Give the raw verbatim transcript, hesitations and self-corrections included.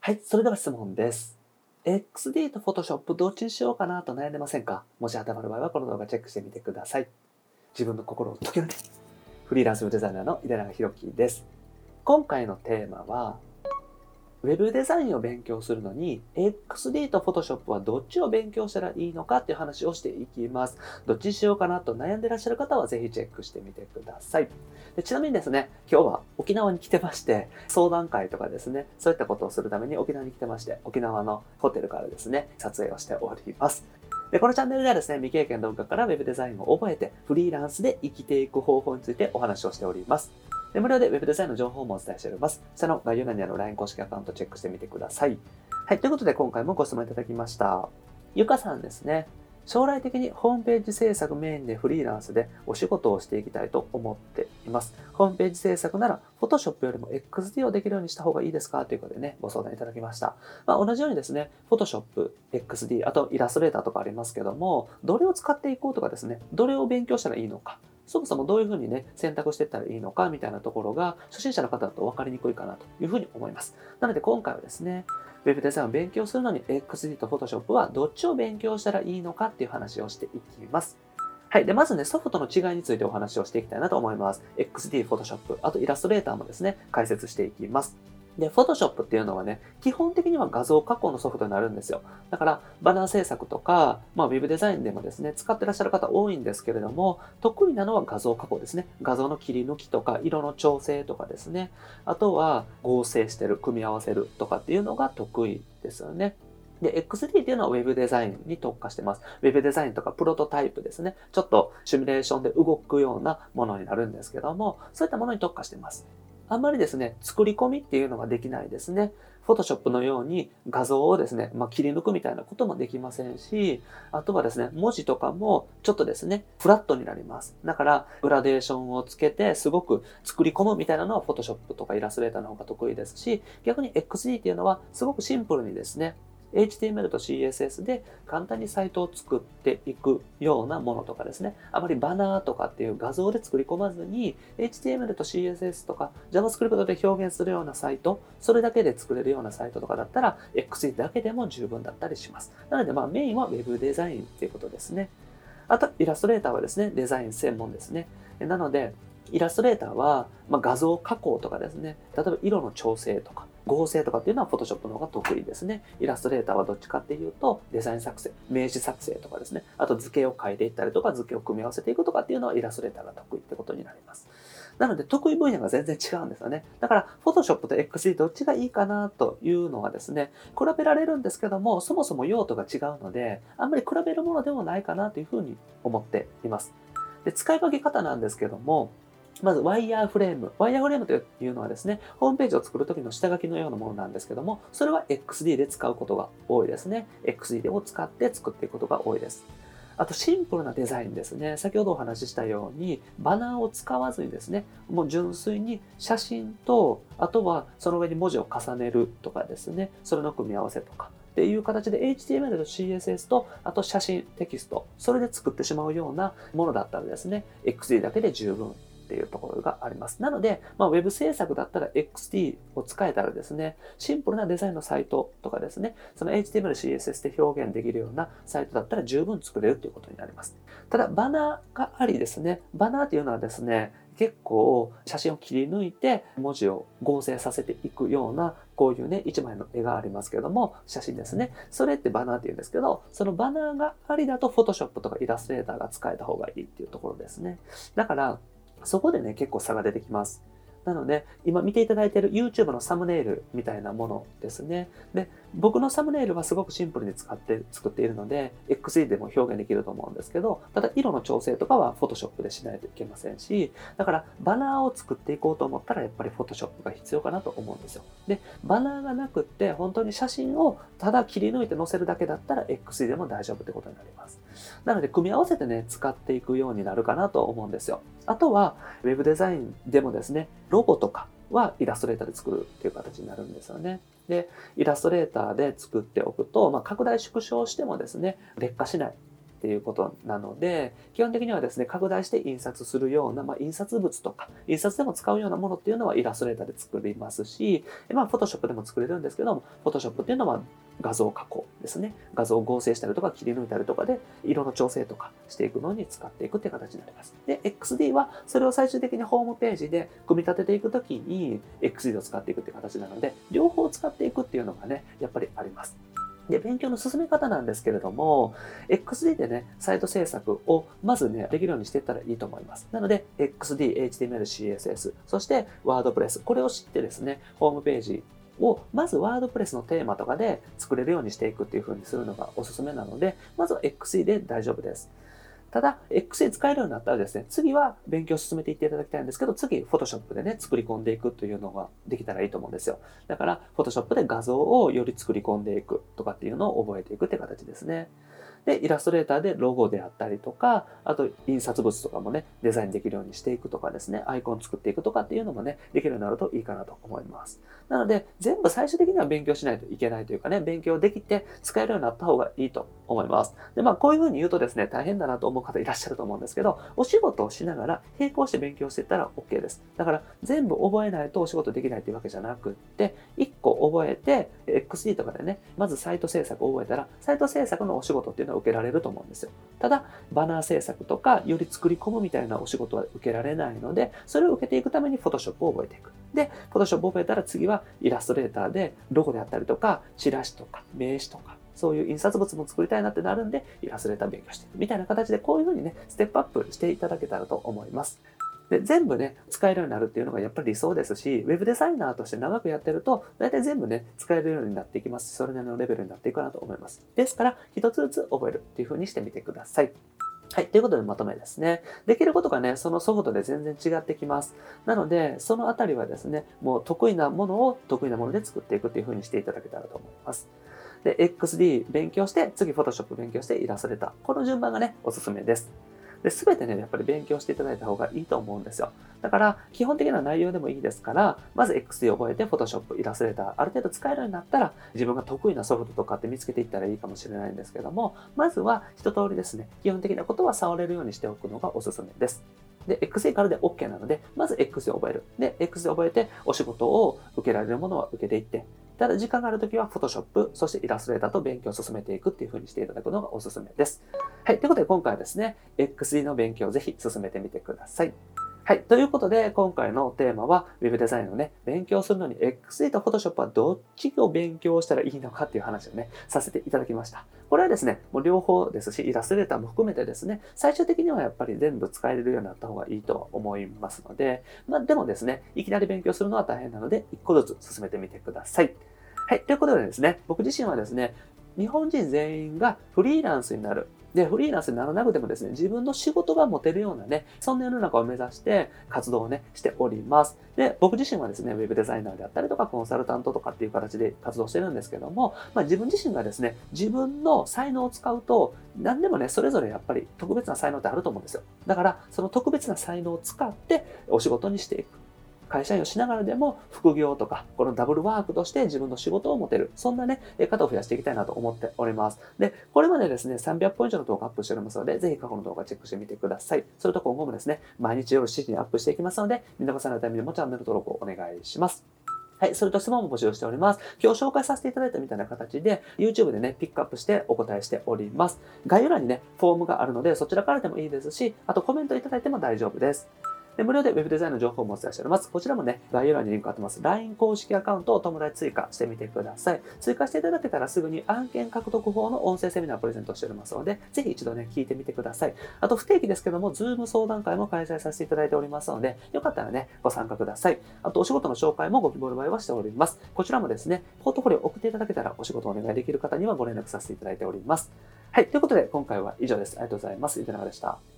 はい、それでは質問です。エックスディー と Photoshop どっちにしようかなと悩んでませんか？もし当てはまる場合はこの動画チェックしてみてください。自分の心を解き抜け、フリーランスウェブデザイナーの井手永宏樹です。今回のテーマは、ウェブデザインを勉強するのに エックスディー と Photoshop はどっちを勉強したらいいのかっていう話をしていきます。どっちにしようかなと悩んでらっしゃる方はぜひチェックしてみてください。でちなみにですね、今日は沖縄に来てまして、相談会とかですね、そういったことをするために沖縄に来てまして、沖縄のホテルからですね、撮影をしております。でこのチャンネルではですね、未経験動画からウェブデザインを覚えて、フリーランスで生きていく方法についてお話をしております。で無料でウェブデザインの情報もお伝えしております。下の概要欄にある ライン 公式アカウントチェックしてみてください。はい、ということで今回もご質問いただきました。ゆかさんですね。将来的にホームページ制作メインでフリーランスでお仕事をしていきたいと思っています。ホームページ制作なら Photoshop よりも エックスディー をできるようにした方がいいですかということでね、ご相談いただきました。まあ、同じようにですね、Photoshop、エックスディー、あとイラストレーターとかありますけども、どれを使っていこうとかですね、どれを勉強したらいいのか、そもそもどういうふうにね、選択していったらいいのかみたいなところが初心者の方だと分かりにくいかなというふうに思います。なので今回はですね、ウェブデザインを勉強するのに エックスディー と Photoshop はどっちを勉強したらいいのかっていう話をしていきます。はい。で、まずね、ソフトの違いについてお話をしていきたいなと思います。エックスディー、Photoshop、あとイラストレーターもですね、解説していきます。で、Photoshop っていうのはね、基本的には画像加工のソフトになるんですよ。だから、バナー制作とか、まあ、ウェブデザインでもですね、使ってらっしゃる方多いんですけれども、得意なのは画像加工ですね。画像の切り抜きとか、色の調整とかですね。あとは、合成してる、組み合わせるとかっていうのが得意ですよね。で、エックスディー っていうのは Web デザインに特化してます。Web デザインとかプロトタイプですね。ちょっとシミュレーションで動くようなものになるんですけども、そういったものに特化してます。あんまりですね、作り込みっていうのができないですね。Photoshop のように画像をですね、まあ、切り抜くみたいなこともできませんし、あとはですね、文字とかもちょっとですね、フラットになります。だから、グラデーションをつけて、すごく作り込むみたいなのは Photoshop とかイラストレーターの方が得意ですし、逆に エックスディー っていうのはすごくシンプルにですね、エイチティーエムエル と シーエスエス で簡単にサイトを作っていくようなものとかですね。あまりバナーとかっていう画像で作り込まずに エイチティーエムエル と シーエスエス とか JavaScript で表現するようなサイト、それだけで作れるようなサイトとかだったら エックスディー だけでも十分だったりします。なのでまあメインは Web デザインっていうことですね。あとイラストレーターはですね、デザイン専門ですね。なのでイラストレーターは、まあ、画像加工とかですね、例えば色の調整とか、合成とかっていうのは Photoshop の方が得意ですね。イラストレーターはどっちかっていうと、デザイン作成、名詞作成とかですね、あと図形を変えていったりとか、図形を組み合わせていくとかっていうのはイラストレーターが得意ってことになります。なので、得意分野が全然違うんですよね。だから、Photoshop と エックスディー どっちがいいかなというのはですね、比べられるんですけども、そもそも用途が違うので、あんまり比べるものでもないかなというふうに思っています。で、使い分け方なんですけども、まず、ワイヤーフレーム。ワイヤーフレームというのはですね、ホームページを作るときの下書きのようなものなんですけども、それは エックスディー で使うことが多いですね。エックスディー を使って作っていくことが多いです。あと、シンプルなデザインですね。先ほどお話ししたように、バナーを使わずにですね、もう純粋に写真と、あとはその上に文字を重ねるとかですね、それの組み合わせとか。っていう形で エイチティーエムエル と シーエスエス と、あと写真、テキスト、それで作ってしまうようなものだったらですね、エックスディー だけで十分っていうところがあります。なので、まあ、ウェブ制作だったら エックスディー を使えたらですね、シンプルなデザインのサイトとかですね、その エイチティーエムエル、シーエスエス で表現できるようなサイトだったら十分作れるということになります。ただ、バナーがありですね、バナーっていうのはですね、結構写真を切り抜いて文字を合成させていくようなこういうね一枚の絵がありますけども、写真ですね、それってバナーって言うんですけど、そのバナーがありだと Photoshop とかイラストレーターが使えた方がいいっていうところですね。だからそこでね結構差が出てきます。なので、今見ていただいている YouTube のサムネイルみたいなものですね。で、僕のサムネイルはすごくシンプルに使って作っているので、エックスディー でも表現できると思うんですけど、ただ色の調整とかは Photoshop でしないといけませんし、だからバナーを作っていこうと思ったらやっぱり Photoshop が必要かなと思うんですよ。で、バナーがなくって本当に写真をただ切り抜いて載せるだけだったら エックスディー でも大丈夫ってことになります。なので、組み合わせてね、使っていくようになるかなと思うんですよ。あとは、ウェブデザインでもですね、ロゴとかはイラストレーターで作るっていう形になるんですよね。で、イラストレーターで作っておくと、まあ、拡大縮小してもですね、劣化しない。 っていうことなので、基本的にはですね、拡大して印刷するような、まあ、印刷物とか、印刷でも使うようなものっていうのはイラストレーターで作りますし、まあ、フォトショップでも作れるんですけども、フォトショップっていうのは画像加工ですね。画像を合成したりとか切り抜いたりとかで、色の調整とかしていくのに使っていくっていう形になります。で、エックスディー はそれを最終的にホームページで組み立てていくときに エックスディー を使っていくっていう形なので、両方使っていくっていうのがね、やっぱりあります。で、勉強の進め方なんですけれども、エックスディー でね、サイト制作をまずね、できるようにしていったらいいと思います。なので、エックスディー、エイチティーエムエル、シーエスエス、そして WordPress、これを知ってですね、ホームページをまず WordPress のテーマとかで作れるようにしていくっていう風にするのがおすすめなので、まずは エックスディー で大丈夫です。ただ、エックスディー 使えるようになったらですね、次は勉強を進めていっていただきたいんですけど、次、Photoshop でね、作り込んでいくというのができたらいいと思うんですよ。だから、Photoshop で画像をより作り込んでいくとかっていうのを覚えていくって形ですね。で、イラストレーターでロゴであったりとか、あと印刷物とかもね、デザインできるようにしていくとかですね、アイコン作っていくとかっていうのもね、できるようになるといいかなと思います。なので、全部最終的には勉強しないといけないというかね、勉強できて使えるようになった方がいいと思います。で、まあ、こういうふうに言うとですね、大変だなと思う方いらっしゃると思うんですけど、お仕事をしながら並行して勉強していったら OK です。だから、全部覚えないとお仕事できないというわけじゃなくって、いっこ覚えて、エックスディー とかでね、まずサイト制作を覚えたら、サイト制作のお仕事っていうのは受けられると思うんです。ただ、バナー制作とか、より作り込むみたいなお仕事は受けられないので、それを受けていくために Photoshop を覚えていく。で、Photoshop を覚えたら次はイラストレーターでロゴであったりとか、チラシとか、名刺とか、そういう印刷物も作りたいなってなるんで、イラストレーター勉強していくみたいな形で、こういうふうにね、ステップアップしていただけたらと思います。で、全部ね、使えるようになるっていうのがやっぱり理想ですし、ウェブデザイナーとして長くやってると、大体全部ね、使えるようになっていきますし、それなりのレベルになっていくかなと思います。ですから、一つずつ覚えるっていう風にしてみてください。はい。ということでまとめですね。できることがね、そのソフトで全然違ってきます。なので、そのあたりはですね、もう得意なものを得意なもので作っていくっていう風にしていただけたらと思います。で、エックスディー 勉強して、次 Photoshop 勉強してイラストレーター。この順番がね、おすすめです。で、すべてね、やっぱり勉強していただいた方がいいと思うんですよ。だから、基本的な内容でもいいですから、まず エックスディー を覚えて、Photoshop、イラストレーター、ある程度使えるようになったら、自分が得意なソフトとかって見つけていったらいいかもしれないんですけども、まずは一通りですね、基本的なことは触れるようにしておくのがおすすめです。で、エックスディー からで OK なので、まず エックスディー を覚える。で、エックスディー を覚えて、お仕事を受けられるものは受けていって、ただ時間があるときは Photoshop、そしてイラストレーターと勉強を進めていくっていう風にしていただくのがおすすめです。はい。ということで今回はですね、エックスディー の勉強をぜひ進めてみてください。はい。ということで、今回のテーマは、ウェブデザインをね、勉強するのに エックスディー と Photoshop はどっちを勉強したらいいのかっていう話をね、させていただきました。これはですね、もう両方ですし、イラストレーターも含めてですね、最終的にはやっぱり全部使えれるようになった方がいいと思いますので、まあでもですね、いきなり勉強するのは大変なので、一個ずつ進めてみてください。はい。ということでですね、僕自身はですね、日本人全員がフリーランスになる。で、フリーランスにならなくてもですね、自分の仕事が持てるようなね、そんな世の中を目指して活動をね、しております。で、僕自身はですね、ウェブデザイナーであったりとか、コンサルタントとかっていう形で活動してるんですけども、まあ自分自身がですね、自分の才能を使うと、何でもね、それぞれやっぱり特別な才能ってあると思うんですよ。だから、その特別な才能を使ってお仕事にしていく。会社員をしながらでも副業とか、このダブルワークとして自分の仕事を持てる。そんなね、方を増やしていきたいなと思っております。で、これまでですね、さんびゃっぽん以上の動画アップしておりますので、ぜひ過去の動画チェックしてみてください。それと今後もですね、毎日夜しちじにアップしていきますので、見逃さないためにもチャンネル登録をお願いします。はい。それと質問も募集しております。今日紹介させていただいたみたいな形で、YouTube でね、ピックアップしてお答えしております。概要欄にね、フォームがあるので、そちらからでもいいですし、あとコメントいただいても大丈夫です。で無料で Web デザインの情報もお伝えしております。こちらもね、概要欄にリンク貼ってます。ライン 公式アカウントを友達追加してみてください。追加していただけたらすぐに案件獲得法の音声セミナーをプレゼントしておりますので、ぜひ一度ね、聞いてみてください。あと不定期ですけども、Zoom 相談会も開催させていただいておりますので、よかったらね、ご参加ください。あとお仕事の紹介もご希望の場合はしております。こちらもですね、ポートフォリオを送っていただけたらお仕事をお願いできる方にはご連絡させていただいております。はい。ということで、今回は以上です。ありがとうございます。井手永でした。